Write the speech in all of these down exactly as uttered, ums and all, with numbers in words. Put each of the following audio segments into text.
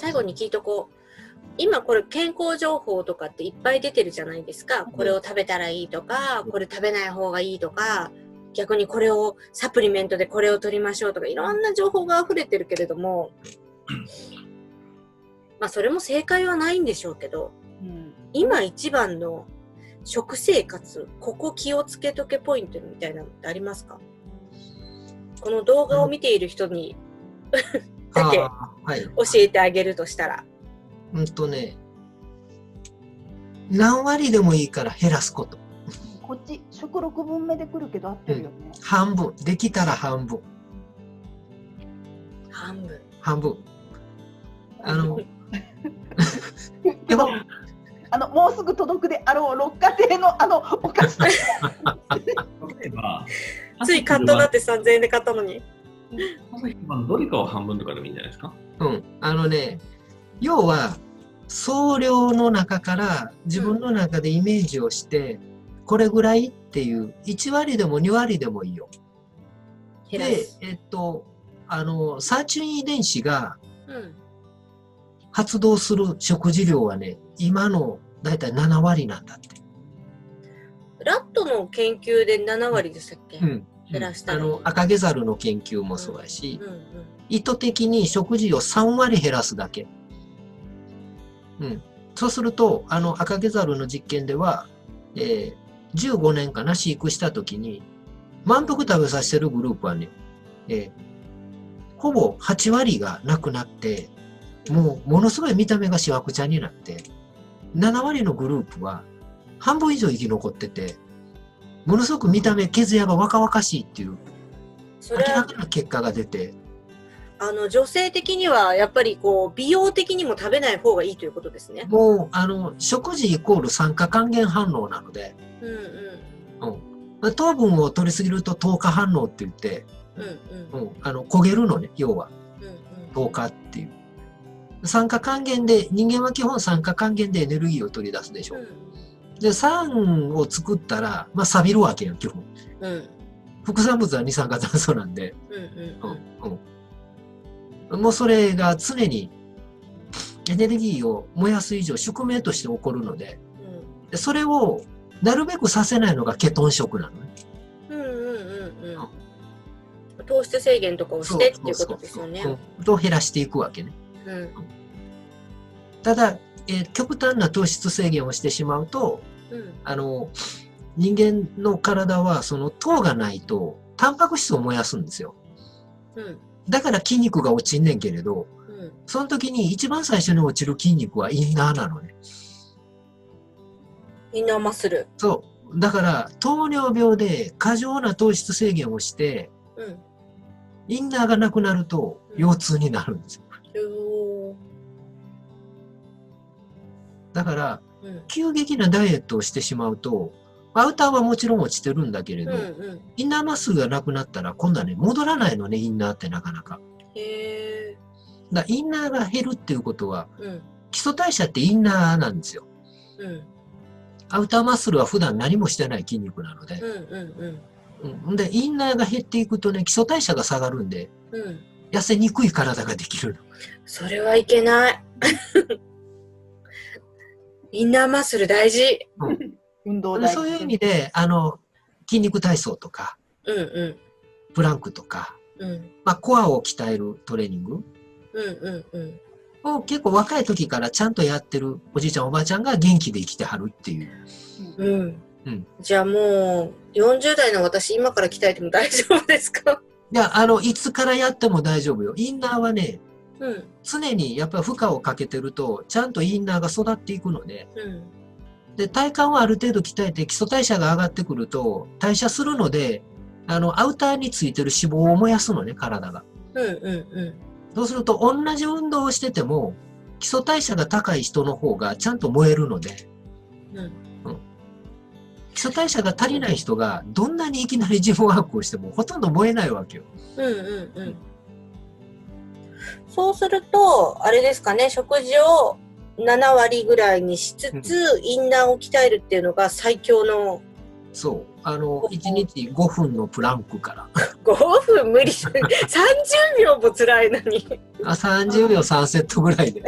最後に聞いとこう。今これ健康情報とかっていっぱい出てるじゃないですか。これを食べたらいいとか、これ食べない方がいいとか、逆にこれをサプリメントでこれを取りましょうとか、いろんな情報が溢れてるけれども、まあそれも正解はないんでしょうけど、うん、今一番の食生活、ここ気をつけとけポイントみたいなのってありますか？この動画を見ている人にだけ教えてあげるとしたら。 うんとね、何割でもいいから減らすこと。 こっち食ろくぶんめで来るけど合ってるよね、 うん、半分できたら半分半分半分あのでもあのもうすぐ届くであろう六花亭のあのお菓子例えばつい買ったなってさんぜんえんで買ったのにどれかを半分とかでもいいんじゃないですか。 うんあのね要は総量の中から自分の中でイメージをして、うん、これぐらいっていういち割でもに割でもいいよ。で、えっとあのサーチュイン遺伝子が発動する食事量はね今のだいたいなな割なんだって。 ラットの研究でなな割でしたっけ？うん、減らしたあの赤毛ザルの研究もそうやし、うんうんうん、意図的に食事をさん割減らすだけ。うん、そうするとあの赤毛ザルの実験では、えー、じゅうごねんかな飼育した時に満腹食べさせてるグループはね、えー、ほぼはち割がなくなってもうものすごい見た目がしわくちゃになってなな割のグループは半分以上生き残っててものすごく見た目毛艶が若々しいっていう明らかな結果が出て。 あの女性的にはやっぱりこう美容的にも食べない方がいいということですね。 もうあの食事イコール酸化還元反応なので、うんうんうん、糖分を取りすぎると糖化反応って言って、うんうんうん、あの焦げるのね要は、うんうん、糖化っていう酸化還元で人間は基本酸化還元でエネルギーを取り出すでしょ、うん、で酸を作ったら、まあ、錆びるわけよ基本、うん、副産物は二酸化炭素なんで、うんうんうんうんもうそれが常にエネルギーを燃やす以上宿命として起こるので、うん、それをなるべくさせないのがケトン食なのね。うんうんうんうん。糖質制限とかをしてっていうことですよね。 と減らしていくわけね。うん、ただ、えー、極端な糖質制限をしてしまうと、うん、あの人間の体はその糖がないとタンパク質を燃やすんですよ。うんだから筋肉が落ちんねんけれど、うん、その時に一番最初に落ちる筋肉はインナーなのね。 インナーマッスル。 そう。だから糖尿病で過剰な糖質制限をして、うん、インナーがなくなると腰痛になるんですよ。うん、だから、うん、急激なダイエットをしてしまうと、アウターはもちろん落ちてるんだけれど、うんうん、インナーマッスルがなくなったら今度はね戻らないのねインナーってなかなか。へー。だインナーが減るっていうことは、うん、基礎代謝ってインナーなんですよ。うん、アウターマッスルは普段何もしてない筋肉なので、うんうんうん、でインナーが減っていくとね基礎代謝が下がるんで、うん、痩せにくい体ができるの。 それはいけない。インナーマッスル大事。 うん運動大事。そういう意味であの筋肉体操とか、うんうん、プランクとか、うんまあ、コアを鍛えるトレーニング、うんうんうん、を結構若い時からちゃんとやってるおじいちゃんおばあちゃんが元気で生きてはるっていう、 うんうん、じゃあもうよんじゅう代の私今から鍛えても大丈夫ですか？ いやあのいつからやっても大丈夫よ。インナーはね、うん、常にやっぱり負荷をかけてるとちゃんとインナーが育っていくので、うんで体幹はある程度鍛えて基礎代謝が上がってくると代謝するのであのアウターについてる脂肪を燃やすのね体が、うんうんうん、そうすると同じ運動をしてても基礎代謝が高い人の方がちゃんと燃えるので、うんうん、基礎代謝が足りない人がどんなにいきなりジムワークをしてもほとんど燃えないわけよ、うんうんうん、 そうするとあれですかね食事をなな割ぐらいにしつつ、うん、インナーを鍛えるっていうのが最強の。 そう。あの、いちにちごふんのプランクから。 ごふん無理さんじゅうびょうも辛いのにあさんじゅうびょうさんセットぐらいで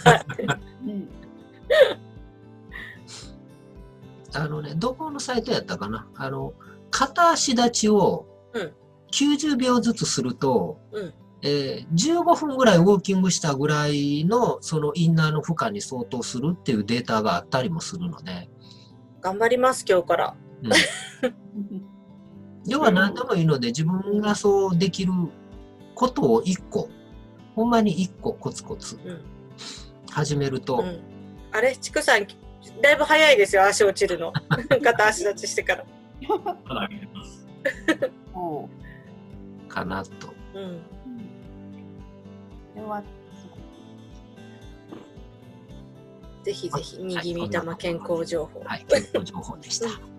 あのねどこのサイトやったかな、あの片足立ちをきゅうじゅうびょうずつすると、うんえー、じゅうごふんぐらいウォーキングしたぐらいのそのインナーの負荷に相当するっていうデータがあったりもするので頑張ります今日から、うん、 要は何でもいいので自分がそうできることをいっこほんまにいっこコツコツ始めると、うんうん、 あれちくさんだいぶ早いですよ足落ちるの片足立ちしてからまだ上げてますかなと、うんぜひぜひ右見玉健康情報。 はい、健康情報でした。